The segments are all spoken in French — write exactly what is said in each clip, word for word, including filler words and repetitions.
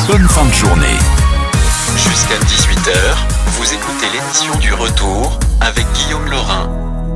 bonne fin de journée. Jusqu'à dix-huit heures, vous écoutez l'émission du Retour avec Guillaume Laurin.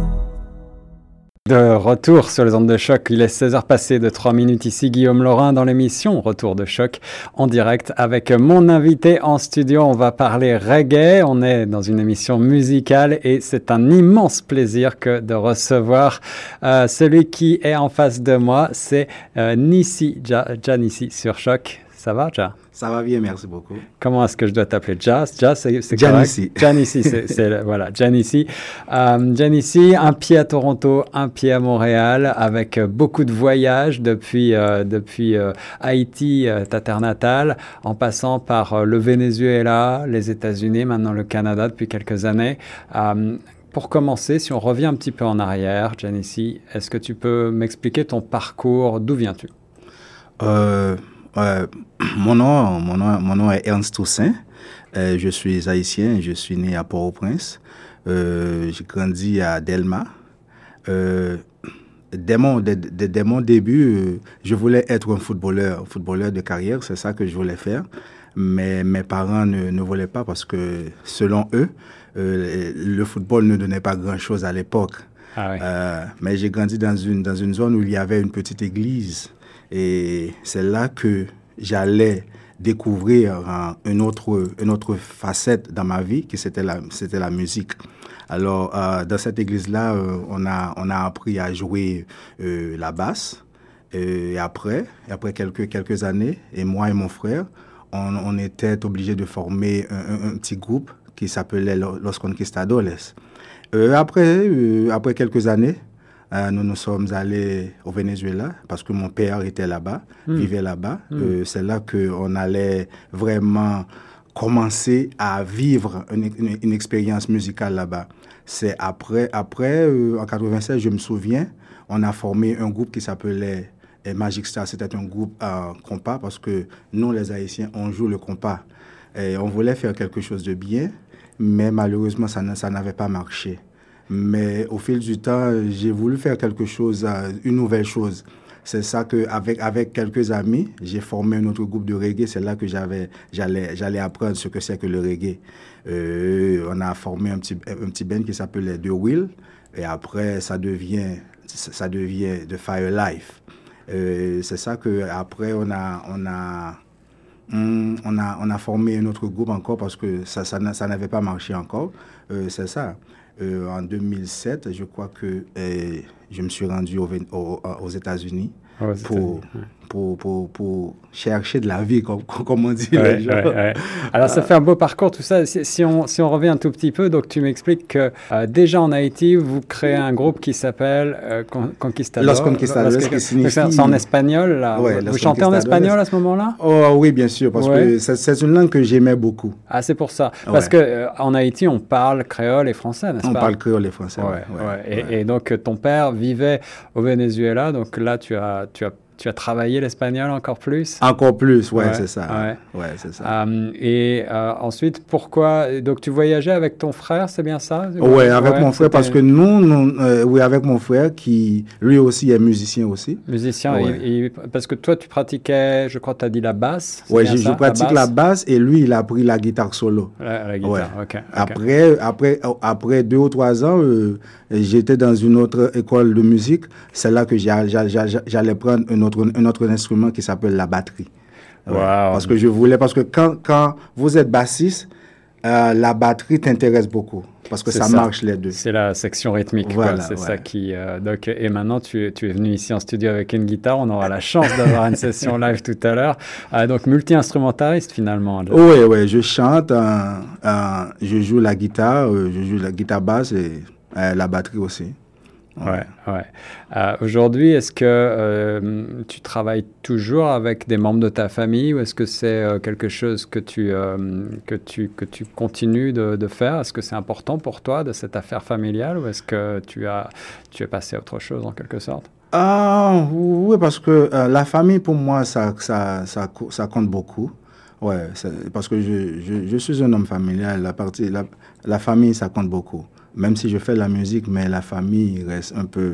De retour sur les ondes de choc, il est seize heures passées de trois minutes ici, Guillaume Laurin dans l'émission Retour de choc en direct avec mon invité en studio. On va parler reggae, on est dans une émission musicale et c'est un immense plaisir que de recevoir euh, celui qui est en face de moi, c'est euh, Nissi, Ja, Ja Nissi sur Choc. Ça va, Ja? Ça va bien, merci beaucoup. Comment est-ce que je dois t'appeler? Ja, Ja, c'est, c'est Ja correct? Nissi. Ja Nissi, c'est, c'est, voilà, Ja Nissi. Euh, Ja Nissi, un pied à Toronto, un pied à Montréal, avec euh, beaucoup de voyages depuis, euh, depuis euh, Haïti, euh, ta terre natale, en passant par euh, le Venezuela, les États-Unis, maintenant le Canada depuis quelques années. Euh, Pour commencer, si on revient un petit peu en arrière, Ja Nissi, est-ce que tu peux m'expliquer ton parcours? D'où viens-tu? Euh, euh, mon, nom, mon, nom, mon nom est Ernst Toussaint. Euh, je suis haïtien. Je suis né à Port-au-Prince. Euh, j'ai grandi à Delma. Euh, dès, mon, dès, dès, dès mon début, euh, je voulais être un footballeur, un footballeur de carrière. C'est ça que je voulais faire. Mais mes parents ne, ne voulaient pas parce que, selon eux, euh, le football ne donnait pas grand-chose à l'époque. Ah oui. euh, mais j'ai grandi dans une, dans une zone où il y avait une petite église. Et c'est là que j'allais découvrir un, une, autre, une autre facette dans ma vie, que c'était la, c'était la musique. Alors, euh, dans cette église-là, euh, on, a, on a appris à jouer euh, la basse. Et après, après quelques, quelques années, et moi et mon frère, on, on était obligés de former un, un, un petit groupe qui s'appelait Los Conquistadores. Euh, après, euh, après quelques années, Euh, nous nous sommes allés au Venezuela parce que mon père était là-bas, mmh. vivait là-bas. Mmh. Euh, c'est là qu'on allait vraiment commencer à vivre une, une, une expérience musicale là-bas. C'est après, après euh, en quatre-vingt-seize, je me souviens, on a formé un groupe qui s'appelait eh, Magic Star. C'était un groupe euh, compas parce que nous, les Haïtiens, on joue le compas. Et on voulait faire quelque chose de bien, mais malheureusement, ça, ça n'avait pas marché. Mais au fil du temps, j'ai voulu faire quelque chose, une nouvelle chose. C'est ça qu'avec avec quelques amis, j'ai formé un autre groupe de reggae. C'est là que j'avais, j'allais, j'allais apprendre ce que c'est que le reggae. Euh, on a formé un petit, un petit band qui s'appelait The Will. Et après, ça devient, ça devient The Fire Life. Euh, c'est ça qu'après, on a... On a On a, on a formé un autre groupe encore parce que ça, ça, ça n'avait pas marché encore. Euh, c'est ça. Euh, en deux mille sept, je crois que euh, je me suis rendu au, au, aux États-Unis oh, pour, pour, pour, pour chercher de la vie, comme, comme on dit. Ouais, ouais, ouais. Alors, ça fait un beau parcours, tout ça. Si, si, on, si on revient un tout petit peu, donc tu m'expliques que euh, déjà en Haïti, vous créez un groupe qui s'appelle euh, Conquistador. Los Conquistadores, Los, qui signifie... C'est en espagnol, là. Ouais, vous chantez en espagnol à ce moment-là? Oh oui, bien sûr, parce ouais. que c'est, c'est une langue que j'aimais beaucoup. Ah, c'est pour ça. Parce ouais. qu'en euh, Haïti, on parle créole et français, n'est-ce on pas? On parle créole et français, ouais. ouais, ouais. Et, ouais. et donc, ton père vivait au Venezuela, donc là, tu as... Tu as Tu as travaillé l'espagnol encore plus? Encore plus, ouais, ouais c'est ça. Ouais, ouais c'est ça. Um, et euh, ensuite, pourquoi? Donc, tu voyageais avec ton frère, c'est bien ça? Oui, avec ouais, mon frère, parce que nous, nous euh, oui, avec mon frère qui, lui aussi, est musicien aussi. Musicien, ouais. et, et, parce que toi, tu pratiquais, je crois que tu as dit la basse. Oui, je, je pratique la basse. la basse et lui, il a pris la guitare solo. La, la guitare, ouais. ok. Après, après, après deux ou trois ans, euh, j'étais dans une autre école de musique. C'est là que j'allais, j'allais prendre un autre, un autre instrument qui s'appelle la batterie. Wow. Ouais, parce que je voulais, parce que quand, quand vous êtes bassiste, euh, la batterie t'intéresse beaucoup. Parce que ça, ça marche les deux. C'est la section rythmique. Voilà, c'est ouais. ça qui. Euh, donc, et maintenant, tu, tu es venu ici en studio avec une guitare. On aura la chance d'avoir une session live tout à l'heure. Euh, donc, multi-instrumentaliste finalement. Oui, oui. Je chante, euh, euh, je joue la guitare, euh, je joue la guitare basse et euh, la batterie aussi. Ouais, ouais. Euh, aujourd'hui, est-ce que euh, tu travailles toujours avec des membres de ta famille ou est-ce que c'est euh, quelque chose que tu, euh, que tu, que tu continues de, de faire? Est-ce que c'est important pour toi de cette affaire familiale ou est-ce que tu, as, tu es passé à autre chose en quelque sorte? Ah, oui, parce que euh, la famille, pour moi, ça, ça, ça, ça compte beaucoup. Ouais, parce que je, je, je suis un homme familial. La, partie, la, la famille, ça compte beaucoup. Même si je fais la musique, mais la famille reste un peu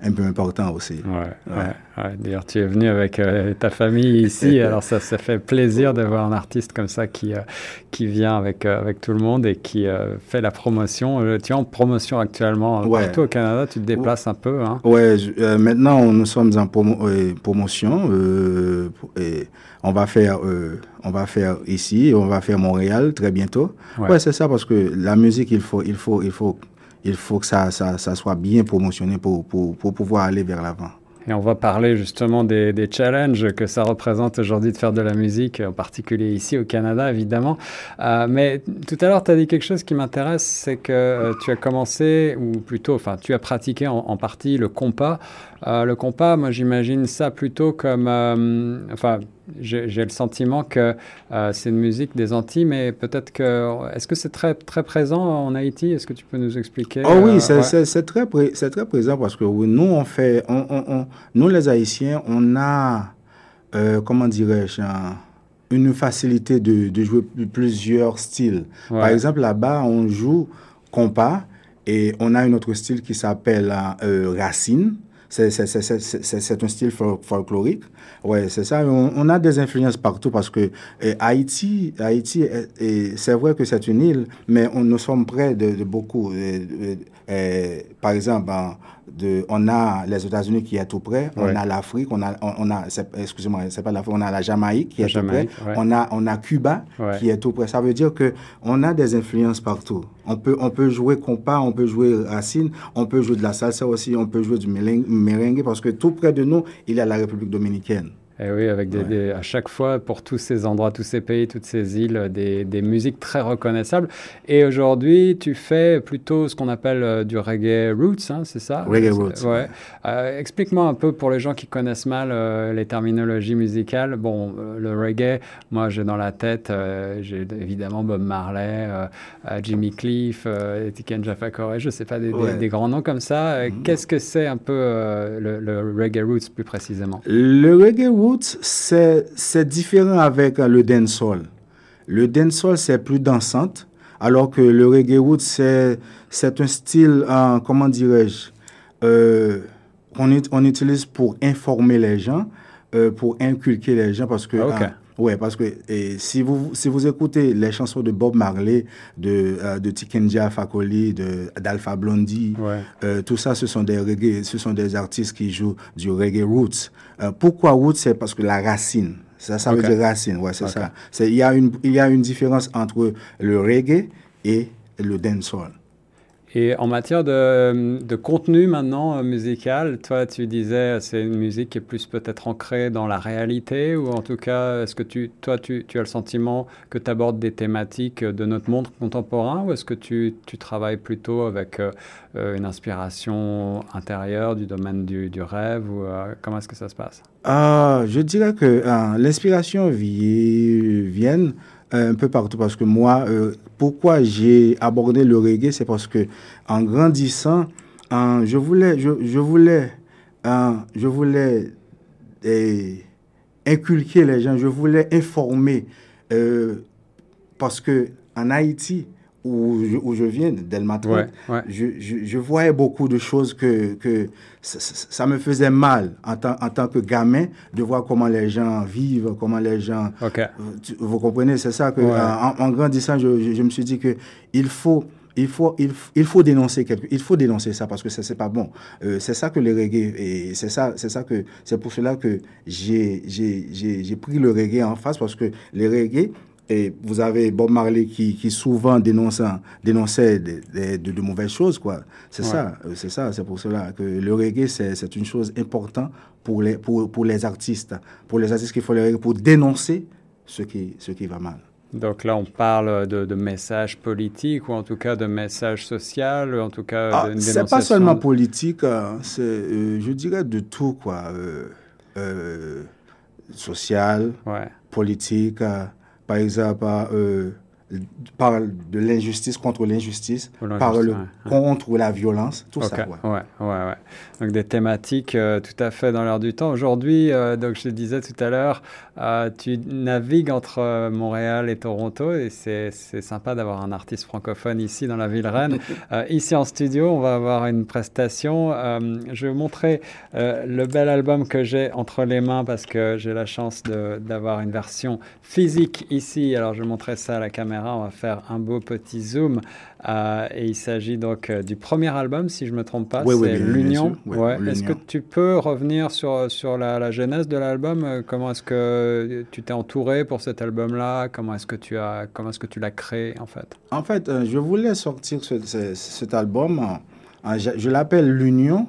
un peu important aussi. Ouais, ouais. ouais, ouais. D'ailleurs, tu es venu avec euh, ta famille ici, alors ça, ça fait plaisir de voir un artiste comme ça qui, euh, qui vient avec, euh, avec tout le monde et qui euh, fait la promotion. Euh, tu es en promotion actuellement Ouais. partout au Canada, tu te déplaces un peu. Hein. Ouais, je, euh, maintenant, on, nous sommes en promo, euh, promotion. Euh, et on va faire, euh, on va faire ici, on va faire Montréal très bientôt. Ouais, ouais c'est ça, parce que la musique, il faut, il faut, il faut, il faut que ça, ça, ça soit bien promotionné pour, pour, pour pouvoir aller vers l'avant. Et on va parler justement des, des challenges que ça représente aujourd'hui de faire de la musique, en particulier ici au Canada, évidemment. Euh, mais tout à l'heure, tu as dit quelque chose qui m'intéresse, c'est que euh, tu as commencé, ou plutôt, enfin, tu as pratiqué en, en partie le compas. Euh, le compas, moi, j'imagine ça plutôt comme... Euh, enfin, j'ai, j'ai le sentiment que euh, c'est une musique des Antilles, mais peut-être que... Est-ce que c'est très, très présent en Haïti? Est-ce que tu peux nous expliquer? Oh oui, euh, c'est, ouais. c'est, c'est, très, pré- c'est très présent parce que oui, nous, on fait... On, on, on, nous, les Haïtiens, on a, euh, comment dirais-je, un, une facilité de, de jouer plusieurs styles. Ouais. Par exemple, là-bas, on joue compas et on a un autre style qui s'appelle euh, racine. C'est, c'est, c'est, c'est, c'est, c'est un style fol- folklorique. Ouais, c'est ça. On, on a des influences partout parce que eh, Haïti, Haïti eh, eh, c'est vrai que c'est une île, mais on, nous sommes près de, de beaucoup. Eh, eh, par exemple, de, on a les États-Unis qui est tout près, ouais. On a l'Afrique, on a, on, on a c'est, excusez-moi, c'est pas l'Afrique, on a la Jamaïque qui la est Jamaïque, tout près, ouais. on, a, on a Cuba ouais. qui est tout près. Ça veut dire qu'on a des influences partout. On peut, on peut jouer compas, on peut jouer racine, on peut jouer de la salsa aussi, on peut jouer du merengue, parce que tout près de nous, il y a la République dominicaine. Et oui, avec des, ouais. des, à chaque fois, pour tous ces endroits, tous ces pays, toutes ces îles, des, des musiques très reconnaissables. Et aujourd'hui, tu fais plutôt ce qu'on appelle euh, du reggae roots, hein, c'est ça? Reggae roots. Ouais. ouais. Euh, explique-moi un peu pour les gens qui connaissent mal euh, les terminologies musicales. Bon, euh, le reggae, moi, j'ai dans la tête, euh, j'ai évidemment Bob Marley, euh, Jimmy Cliff, euh, Tiken Jah Fakoly, je ne sais pas, des, ouais. des, des grands noms comme ça. Mm-hmm. Qu'est-ce que c'est un peu euh, le, le reggae roots plus précisément? Le reggae roots, c'est, c'est différent avec le dancehall. Le dancehall, c'est plus dansante, alors que le reggae roots, c'est, c'est un style, euh, comment dirais-je, euh, qu'on on utilise pour informer les gens, euh, pour inculquer les gens, parce que... Okay. Euh, ouais, parce que et, si, vous, si vous écoutez les chansons de Bob Marley, de, euh, de Tiken Jah Fakoly, de, d'Alpha Blondy, ouais. euh, tout ça, ce sont des reggae, ce sont des artistes qui jouent du reggae roots. Euh, pourquoi roots? C'est parce que la racine. Ça, ça okay. veut dire racine, ouais, c'est okay. ça. C'est, il y a une, il y a une différence entre le reggae et le dancehall. Et en matière de, de contenu maintenant euh, musical, toi tu disais c'est une musique qui est plus peut-être ancrée dans la réalité, ou en tout cas est-ce que tu, toi tu, tu as le sentiment que tu abordes des thématiques de notre monde contemporain, ou est-ce que tu, tu travailles plutôt avec euh, une inspiration intérieure du domaine du, du rêve, ou euh, comment est-ce que ça se passe? euh, Je dirais que euh, l'inspiration vi- vient un peu partout, parce que moi, euh, pourquoi j'ai abordé le reggae, c'est parce que en grandissant, euh, je voulais, je, je voulais, euh, je voulais euh, inculquer les gens, je voulais informer, euh, parce que en Haïti, où je, où je viens, d'Elmatran, ouais, ouais. je, je, je voyais beaucoup de choses que, que ça, ça me faisait mal en tant, en tant que gamin de voir comment les gens vivent, comment les gens... Okay. Tu, vous comprenez, c'est ça que ouais. en, en grandissant, je, je, je me suis dit que il faut... Il faut, il, il faut dénoncer quelque, il faut dénoncer ça parce que ça, c'est pas bon. Euh, c'est ça que le reggae, et c'est ça, c'est ça que, c'est pour cela que j'ai, j'ai, j'ai, j'ai pris le reggae en face, parce que le reggae, et vous avez Bob Marley qui, qui souvent dénonçait, dénonçait de, de, de, de mauvaises choses, quoi. C'est ouais. ça, c'est ça, c'est pour cela que le reggae, c'est, c'est une chose importante pour les, pour, pour les artistes, pour les artistes qui font le reggae, pour dénoncer ce qui, ce qui va mal. Donc là, on parle de, de messages politiques, ou en tout cas de messages sociaux, en tout cas ah, d'une dénonciation. C'est pas seulement politique, hein, c'est, euh, je dirais de tout, quoi. Euh, euh, social, ouais. politique, euh, par exemple, euh, parle de l'injustice contre l'injustice, parle ouais, contre ouais. la violence, tout okay. ça. Ouais. Ouais, ouais, ouais. Donc des thématiques euh, tout à fait dans l'air du temps. Aujourd'hui, euh, donc je le disais tout à l'heure, euh, tu navigues entre euh, Montréal et Toronto et c'est, c'est sympa d'avoir un artiste francophone ici dans la ville reine. euh, ici en studio, on va avoir une prestation. Euh, je vais vous montrer euh, le bel album que j'ai entre les mains parce que j'ai la chance de, d'avoir une version physique ici. Alors je vais montrer ça à la caméra. On va faire un beau petit zoom euh, et il s'agit donc euh, du premier album, si je ne me trompe pas, oui, c'est oui, L'Union. Oui, ouais. L'Union. Est-ce que tu peux revenir sur, sur la, la genèse de l'album? Comment est-ce que tu t'es entouré pour cet album-là? Comment est-ce que tu as, comment est-ce que tu l'as créé en fait? En fait, euh, je voulais sortir ce, ce, cet album, euh, je, je l'appelle L'Union.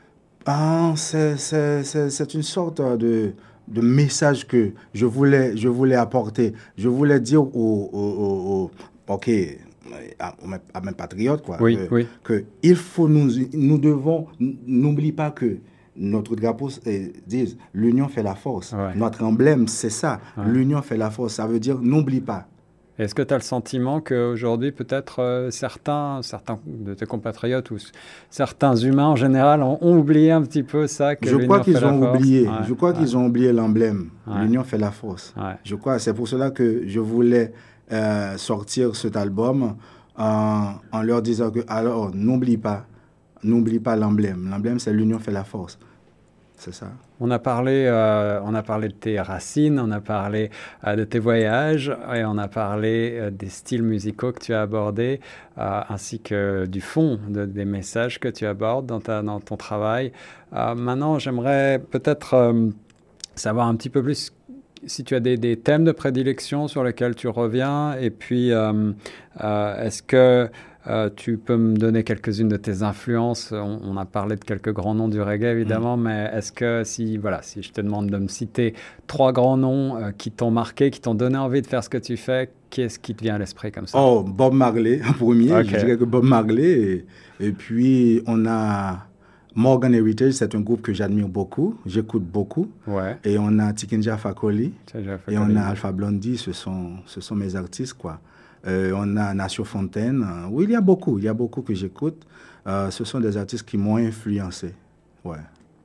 Ah, c'est, c'est, c'est, c'est une sorte de... de message que je voulais, je voulais apporter. Je voulais dire aux, aux, aux, aux OK, à, à mes patriotes, quoi, oui, que, oui. que il faut nous, nous devons, n'oublie pas que notre drapeau dit l'union fait la force. Ouais. Notre emblème, c'est ça. Ouais. L'union fait la force. Ça veut dire n'oublie pas. Est-ce que tu as le sentiment qu'aujourd'hui, peut-être euh, certains, certains de tes compatriotes ou certains humains en général ont, ont oublié un petit peu ça que Je crois qu'ils ont oublié. Ouais, je crois ouais. qu'ils ont oublié l'emblème. Ouais. L'union fait la force. Ouais. Je crois. C'est pour cela que je voulais euh, sortir cet album en, en leur disant que alors n'oublie pas, n'oublie pas l'emblème. L'emblème, c'est l'union fait la force. C'est ça. On a parlé, euh, on a parlé de tes racines, on a parlé euh, de tes voyages et on a parlé euh, des styles musicaux que tu as abordés, euh, ainsi que du fond de, des messages que tu abordes dans, ta, dans ton travail. Euh, maintenant, j'aimerais peut-être euh, savoir un petit peu plus si tu as des, des thèmes de prédilection sur lesquels tu reviens et puis euh, euh, est-ce que Euh, tu peux me donner quelques-unes de tes influences. On, on a parlé de quelques grands noms du reggae, évidemment, mmh. mais est-ce que si, voilà, si je te demande de me citer trois grands noms euh, qui t'ont marqué, qui t'ont donné envie de faire ce que tu fais, qu'est-ce qui te vient à l'esprit comme ça? Oh, Bob Marley, en premier. Okay. Je dirais que Bob Marley. Et, et puis, on a Morgan Heritage, c'est un groupe que j'admire beaucoup, j'écoute beaucoup. Ouais. Et on a Tikenja Fakoli. Fakoli. Et on a Alpha Blondy, ce sont, ce sont mes artistes, quoi. Euh, on a Nacio Fontaine. Oui, il y a beaucoup, il y a beaucoup que j'écoute. Euh, ce sont des artistes qui m'ont influencé. Ouais.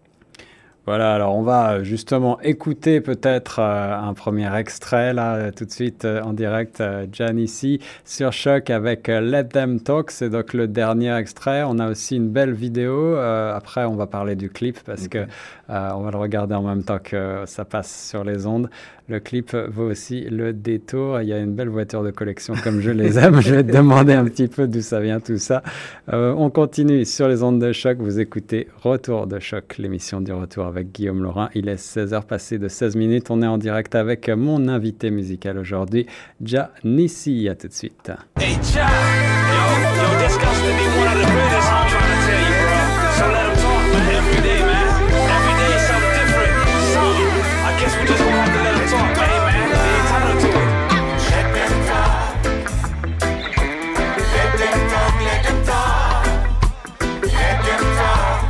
Voilà, alors on va justement écouter peut-être euh, un premier extrait là tout de suite euh, en direct, euh, Janice sur Choc avec euh, Let Them Talk, c'est donc le dernier extrait. On a aussi une belle vidéo, euh, après on va parler du clip parce okay. que euh, on va le regarder en même temps que ça passe sur les ondes. Le clip vaut aussi le détour. Il y a une belle voiture de collection comme je les aime. Je vais te demander un petit peu d'où ça vient tout ça. Euh, on continue sur les ondes de Choc. Vous écoutez Retour de Choc, l'émission du retour avec Guillaume Laurin. Il est seize heures passées de seize minutes. On est en direct avec mon invité musical aujourd'hui, Janice. À tout de suite. Hey, Cha! Yo, yo, this got to be one of the greatest, I'm trying to tell you, bro. So let them talk, man, every day, man. Every day is something different. Something. I guess we just gonna have to let them talk, man. Hey, man, they entitled to it. Let them talk. Let them talk, let them talk. Let them talk.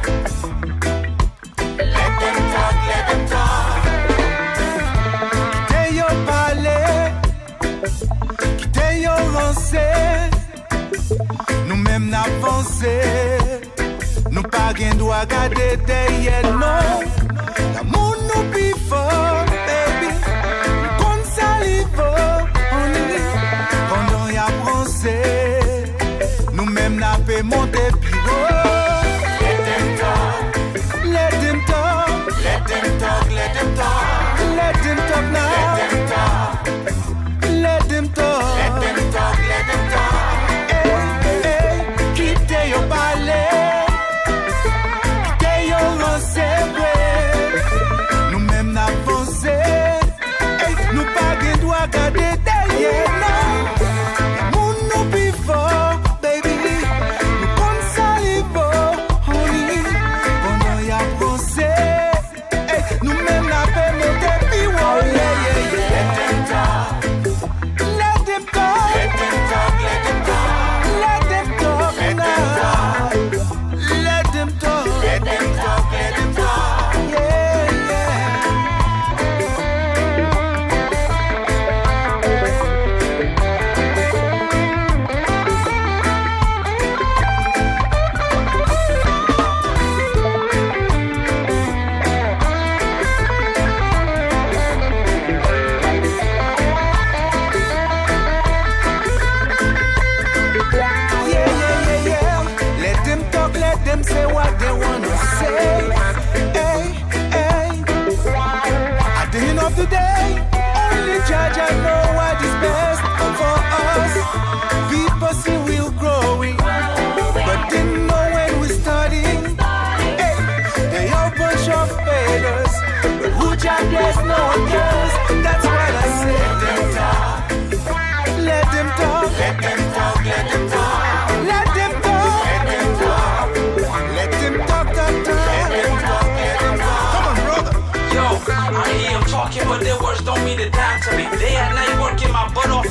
Let them talk, let them talk. Quittez yo parler, quittez yo lancer. Nous-mêmes n'avancer. Nous pas gain droit garder derrière non. L'amour nous plus fort, baby. Nous compte salive, on est pendant y avancer. Nous-mêmes n'a pas monter plus haut. Let them talk, let them talk, let them talk, let them talk, let them talk now. Let them talk, let them talk, let them talk, let them talk. Hey, hey, quittez yo parler, quittez yo lancer. Nous-mêmes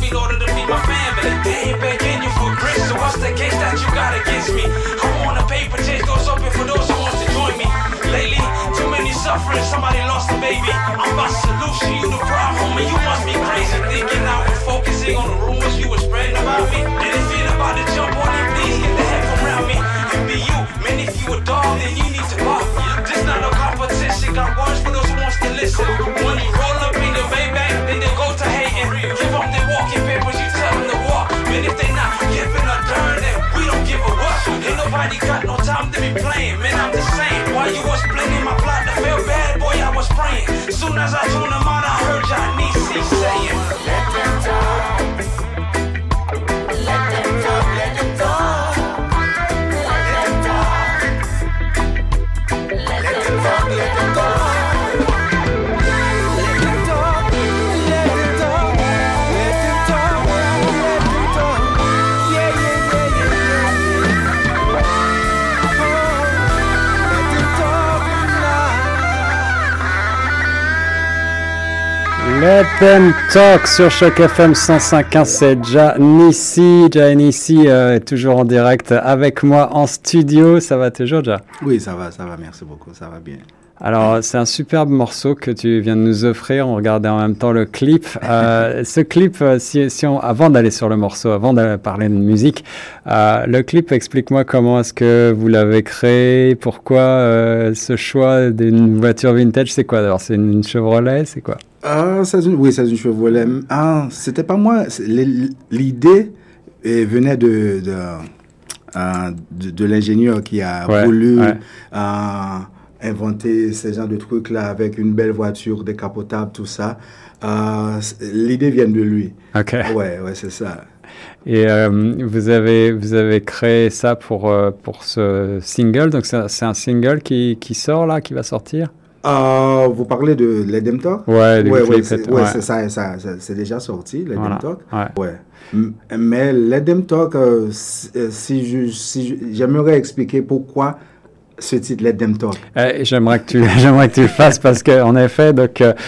me in order to feed my family. They ain't begging you for grits, so what's the case that you got against me? I want a paper chase, doors open for those who wants to join me. Lately, too many suffering, somebody lost a baby. I'm about solution, you the problem, and you must be crazy. Thinking I was focusing on the rumors you were spreading about me. Didn't feel about to jump on it, please get the heck from around me. And be you, man, if you a dog, then you need to bark. This not no competition, got words for those who wants to listen. When you roll up in the Maybach, then they go to hating. Give them their walking papers, you tell them to walk. Man, if they not giving a darn, then we don't give a what. Ain't nobody got no time to be playing, man, I'm the same. While you was playing my plot to feel bad, boy, I was praying. Soon as I tune them out, I heard Johnny saying, let them talk. Let them talk, let them talk. Let them talk. Let them talk, let them talk. Let them talk sur Choc F M cent cinq point un, c'est Janissi. Janissi euh, est toujours en direct avec moi en studio. Ça va toujours, Ja? Oui, ça va, ça va, merci beaucoup, ça va bien. Alors, c'est un superbe morceau que tu viens de nous offrir. On regardait en même temps le clip. Euh, ce clip, si, si on, avant d'aller sur le morceau, avant de parler de musique, euh, le clip, explique-moi comment est-ce que vous l'avez créé, pourquoi euh, ce choix d'une voiture vintage, c'est quoi d'abord? C'est une, une Chevrolet, c'est quoi? Ah, c'est une, oui, c'est une Chevrolet. Ah, c'était pas moi. L'idée venait de, de, euh, de, de l'ingénieur qui a ouais, voulu... Ouais. Euh, inventer ces genres de trucs-là avec une belle voiture décapotable, tout ça. Euh, l'idée vient de lui. Ok. Ouais, ouais, c'est ça. Et euh, vous avez vous avez créé ça pour euh, pour ce single. Donc c'est, c'est un single qui qui sort là, qui va sortir. Euh, vous parlez de Let Them Talk? Ouais, ouais, ouais, c'est, ouais, ouais. C'est ça, ça, ça, c'est déjà sorti, Let voilà. Them Talk. Ouais. ouais. Mais Let Them Talk, euh, si je si je, j'aimerais expliquer pourquoi ce titre Let Them Talk. Euh, j'aimerais que tu j'aimerais que tu le fasses parce que en effet donc euh,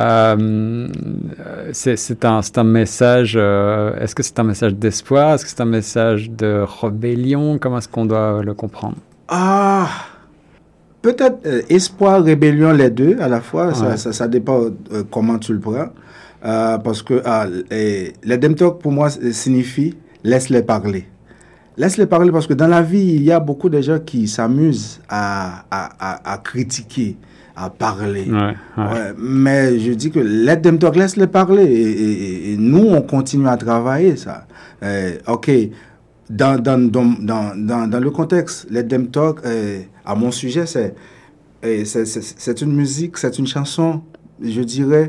euh, c'est c'est un c'est un message euh, est-ce que c'est un message d'espoir, est-ce que c'est un message de rébellion, comment est-ce qu'on doit le comprendre? Ah, peut-être euh, espoir, rébellion, les deux à la fois, ouais. ça, ça ça dépend euh, comment tu le prends euh, parce que ah, et, Let Them Talk pour moi signifie laisse-les parler. Laisse-les parler parce que dans la vie, il y a beaucoup de gens qui s'amusent à, à, à, à critiquer, à parler. Ouais, ouais. Ouais, mais je dis que let them talk, laisse-les parler. Et, et, et nous, on continue à travailler ça. Euh, OK, dans, dans, dans, dans, dans, dans le contexte, let them talk, euh, à mon sujet, c'est, euh, c'est, c'est, c'est une musique, c'est une chanson, je dirais,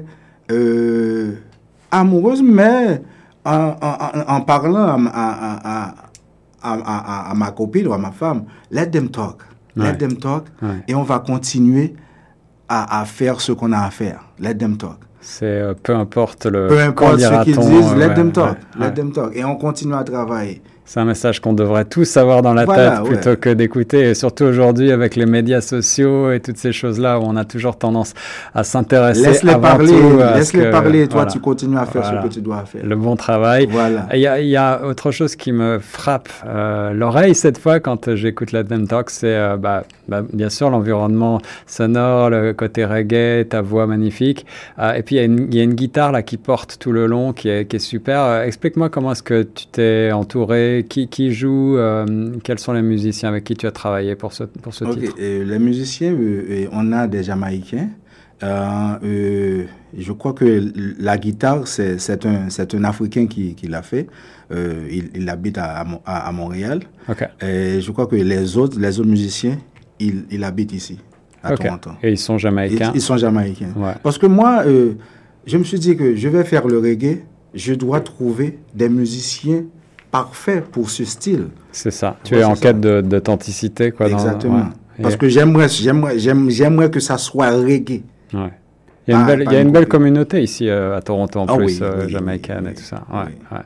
euh, amoureuse, mais en, en, en parlant à... à, à À, à, à ma copine ou à ma femme, let them talk, ouais. let them talk, ouais. Et on va continuer à, à faire ce qu'on a à faire. Let them talk. C'est euh, peu importe le. Peu importe ce qu'ils disent, euh, let ouais, them talk, ouais, let ouais. them talk, et on continue à travailler. C'est un message qu'on devrait tous avoir dans la voilà, tête plutôt ouais. que d'écouter. Et surtout aujourd'hui avec les médias sociaux et toutes ces choses-là où on a toujours tendance à s'intéresser laisse-les avant parler, tout. Laisse-les que, parler et toi voilà. tu continues à faire voilà. ce que tu dois faire. Le bon travail. Voilà. Il y a, il y a autre chose qui me frappe euh, l'oreille cette fois quand j'écoute Let Them Talk, c'est euh, bah, bah, bien sûr l'environnement sonore, le côté reggae, ta voix magnifique. Euh, et puis il y, a une, il y a une guitare là qui porte tout le long, qui est, qui est super. Euh, explique-moi comment est-ce que tu t'es entouré, qui, qui joue, euh, quels sont les musiciens avec qui tu as travaillé pour ce, pour ce okay. titre? euh, Les musiciens, euh, on a des Jamaïcains. Euh, euh, je crois que la guitare, c'est, c'est, un, c'est un Africain qui, qui l'a fait. Euh, il, il habite à, à, à Montréal. Okay. Et je crois que les autres, les autres musiciens, ils, ils habitent ici, à okay. Toronto. Et ils sont Jamaïcains? Ils, ils sont Jamaïcains. Ouais. Parce que moi, euh, je me suis dit que je vais faire le reggae, je dois trouver des musiciens parfaits pour ce style. C'est ça. Tu ouais, es en quête de, d'authenticité, quoi. Exactement. Dans, ouais. Parce Et... que j'aimerais, j'aimerais, j'aimerais, j'aimerais que ça soit reggae. Ouais. Il y a une, ah, belle, il y a une belle communauté ici euh, à Toronto en ah, plus, oui, euh, oui, jamaïcaine oui, et tout ça. Ouais, oui. ouais.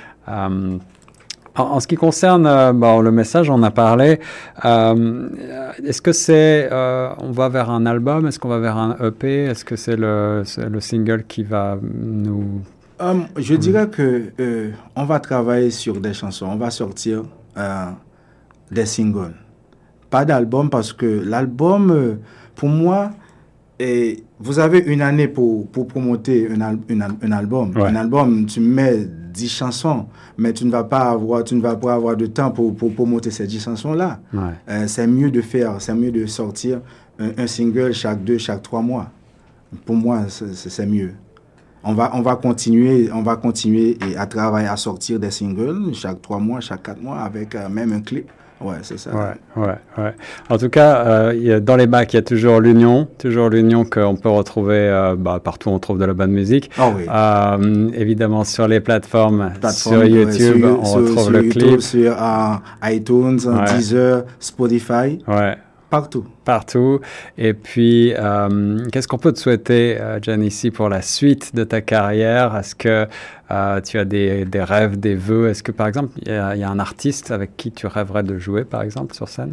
Euh, en, en ce qui concerne euh, bon, le message, on en a parlé. Euh, est-ce que c'est, euh, on va vers un album? Est-ce qu'on va vers un E P? Est-ce que c'est le, c'est le single qui va nous Um, je dirais que euh, on va travailler sur des chansons. On va sortir euh, des singles. Pas d'album parce que l'album, euh, pour moi, et vous avez une année pour, pour promoter un, al- une al- un album. Ouais. Un album, tu mets dix chansons, mais tu ne vas pas avoir, tu ne vas pas avoir de temps pour, pour promoter ces dix chansons-là. Ouais. Euh, c'est mieux de faire, c'est mieux de sortir un, un single chaque deux, chaque trois mois. Pour moi, c'est, c'est c'est mieux. On va, on va continuer, on va continuer et à travailler, à sortir des singles chaque trois mois, chaque quatre mois, avec euh, même un clip. Ouais, c'est ça. Ouais, ouais, ouais. En tout cas, euh, il y a- dans les bacs, il y a toujours l'union, toujours l'union qu'on peut retrouver euh, bah, partout où on trouve de la bonne musique. Ah oui. Euh, évidemment, sur les plateformes, Plateforme, sur ouais, YouTube, sur- on sur- retrouve sur le YouTube, clip. sur euh, iTunes, Ouais. Deezer, Spotify, Ouais, partout. partout. Et puis, euh, qu'est-ce qu'on peut te souhaiter, euh, Giannissi, pour la suite de ta carrière? Est-ce que euh, tu as des, des rêves, des vœux? Est-ce que, par exemple, il y, a- il y a un artiste avec qui tu rêverais de jouer, par exemple, sur scène?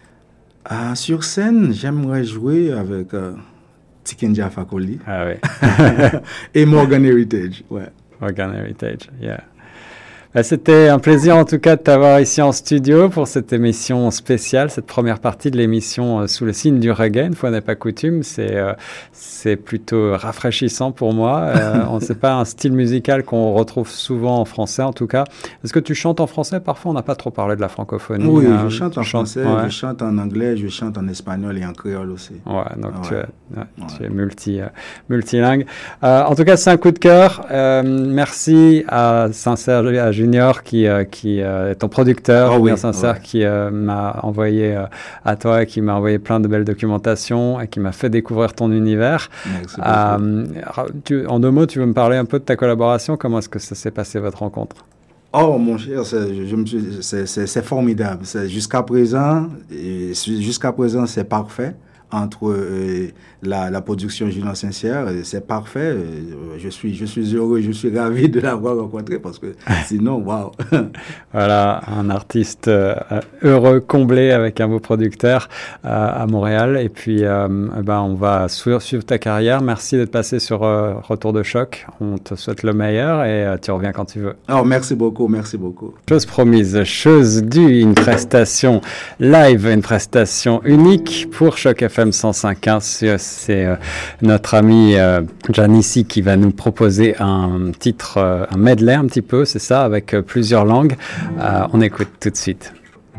Ah, sur scène, j'aimerais jouer avec euh, Tikenja Fakoli Ah oui, et Morgan Heritage. Ouais. Organ Heritage, yeah. Bah, c'était un plaisir en tout cas de t'avoir ici en studio pour cette émission spéciale, cette première partie de l'émission euh, sous le signe du reggae. Une fois n'est pas coutume, c'est euh, c'est plutôt rafraîchissant pour moi. Euh, on sait pas un style musical qu'on retrouve souvent en français en tout cas. Est-ce que tu chantes en français? Parfois on n'a pas trop parlé de la francophonie. Oui, hein. je chante en Tu chantes- français, ouais. je chante en anglais, je chante en espagnol et en créole aussi. Ouais, donc Ah tu, ouais. es, ouais, tu Ouais. es multi, euh, multilingue. Euh, en tout cas, c'est un coup de cœur. Euh, merci à Sincère à Junior qui, euh, qui euh, est ton producteur, Ah Junior oui, Sincère, ouais. qui euh, m'a envoyé euh, à toi, qui m'a envoyé plein de belles documentations et qui m'a fait découvrir ton univers. Merci beaucoup. Euh, tu, en deux mots, tu veux me parler un peu de ta collaboration? Comment est-ce que ça s'est passé, votre rencontre? Oh mon cher, c'est, je, je me suis- c'est, c'est, c'est formidable. C'est, jusqu'à présent, et jusqu'à présent, c'est parfait entre euh, la, la production Junior Sincère, euh, c'est parfait. Euh, je suis, je suis heureux, je suis ravi de l'avoir rencontré parce que sinon, waouh. Voilà, un artiste euh, heureux, comblé avec un beau producteur euh, à Montréal. Et puis, euh, eh ben, on va suivre, suivre ta carrière. Merci d'être passé sur euh, Retour de Choc. On te souhaite le meilleur et euh, tu reviens quand tu veux. Oh, merci beaucoup, merci beaucoup. Chose promise, chose due, une prestation live, une prestation unique pour Choc F M cent cinq point un. C'est, c'est euh, notre ami euh, Giannissi qui va nous proposer un titre, euh, un medley un petit peu, c'est ça, avec euh, plusieurs langues. Euh, on écoute tout de suite.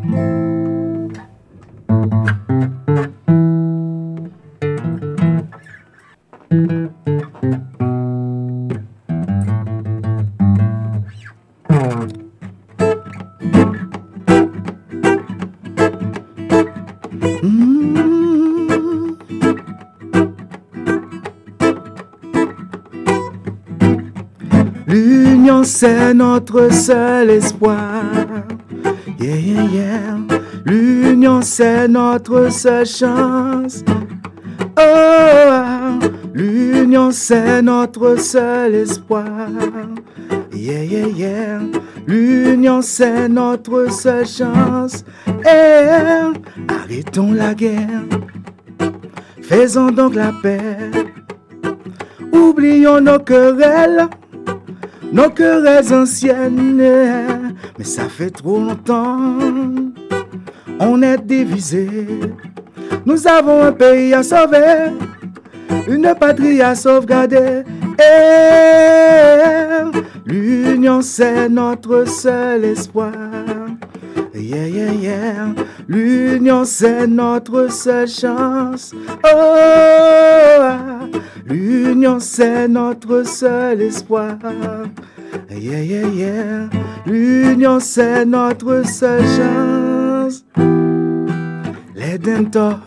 L'union, c'est notre seul espoir. Yeah, yeah, yeah. L'union, c'est notre seule chance. Oh, ah. L'union, c'est notre seul espoir. Yeah, yeah, yeah. L'union, c'est notre seule chance. Eh, arrêtons la guerre. Faisons donc la paix. Oublions nos querelles. Nos querelles anciennes, mais ça fait trop longtemps, on est divisés. Nous avons un pays à sauver, une patrie à sauvegarder. Et l'union, c'est notre seul espoir. Yeah, yeah, yeah. L'union, c'est notre seule chance. Oh, l'union, c'est notre seul espoir. Yeah, yeah, yeah. L'union, c'est notre seule chance. Let them talk.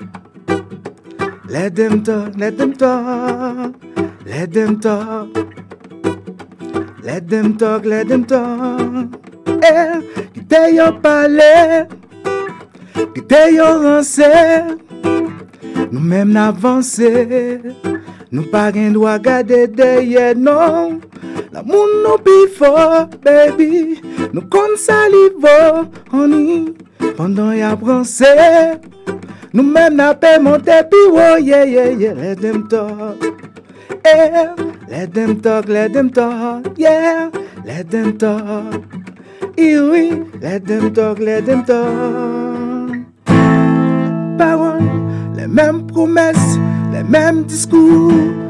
Let them talk. Let them talk. Let them talk. Let them talk. Let them talk. Eh, quittez yon palais. Quittez yon rancé. Nous même n'avancer. Nous pas rien doit garder derrière, non. L'amour nous bifo, baby. Nous con salivo, on y. Pendant y'a brancé. Nous même n'a pas monté, puis oh, yeah, yeah, yeah. Let them talk. Yeah, let them talk, let them talk. Yeah, let them talk. Eh oui, let them talk, let them talk. Paroles, les mêmes promesses, les mêmes discours.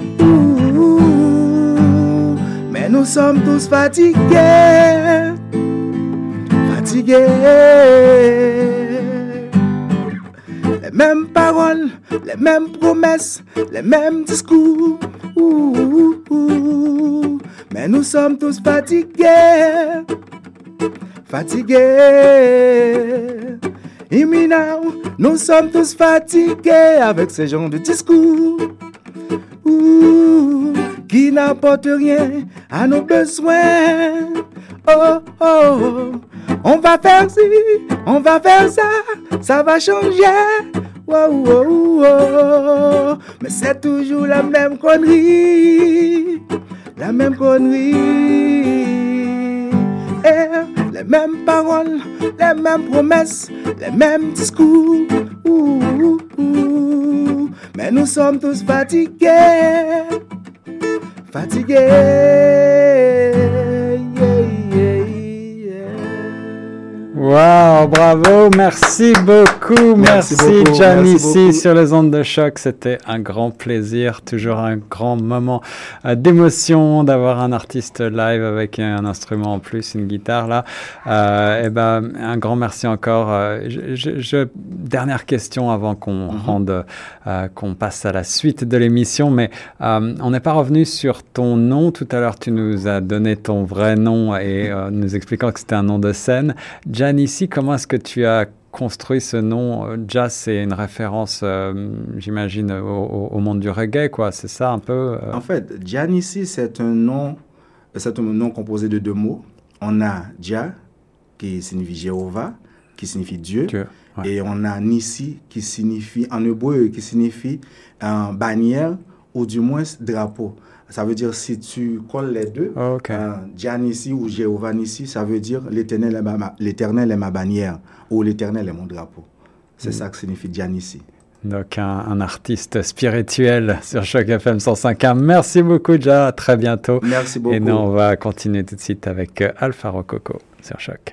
Ouh, mais nous sommes tous fatigués, fatigués. Les mêmes paroles, les mêmes promesses, les mêmes discours. Ouh, ouh, mais nous sommes tous fatigués, fatigués. Et maintenant, nous sommes tous fatigués avec ce genre de discours ouh, qui n'apporte rien à nos besoins. Oh, oh, oh, on va faire ci, on va faire ça, ça va changer. Wow, wow, wow. Mais c'est toujours la même connerie, la même connerie. Eh, les mêmes paroles, les mêmes promesses, les mêmes discours. Ouh, ouh, ouh. Mais nous sommes tous fatigués, fatigués. Yeah, yeah, yeah. Wow, bravo, merci beaucoup, merci, merci Giannissi sur les ondes de choc. C'était un grand plaisir, toujours un grand moment euh, d'émotion d'avoir un artiste live avec un instrument en plus, une guitare là. Euh, et ben, un grand merci encore. Euh, je, je, je, dernière question avant qu'on mm-hmm. rende, euh, qu'on passe à la suite de l'émission, mais euh, on n'est pas revenu sur ton nom. Tout à l'heure, tu nous as donné ton vrai nom et euh, nous expliquant que c'était un nom de scène. Giannissi, comment est-ce que tu as construit ce nom? Jazz, c'est une référence, euh, j'imagine, au, au monde du reggae, quoi. C'est ça un peu euh... En fait, Giannissi, c'est un nom, c'est un nom composé de deux mots. On a Jah, qui signifie Jéhovah, qui signifie Dieu. Dieu ouais. Et on a Nissi, qui signifie, en hébreu, qui signifie euh, bannière, ou du moins drapeau. Ça veut dire, si tu colles les deux, oh, okay. euh, Giannissi ou Jéhovah Nissi, ça veut dire l'éternel est ma, l'éternel est ma bannière ou l'éternel est mon drapeau. C'est mm. ça que signifie Giannissi. Donc, un, un artiste spirituel sur Choc F M cent cinq point un. Merci beaucoup, Ja. À très bientôt. Merci beaucoup. Et nous, on va continuer tout de suite avec Alpha Rococo sur Choc.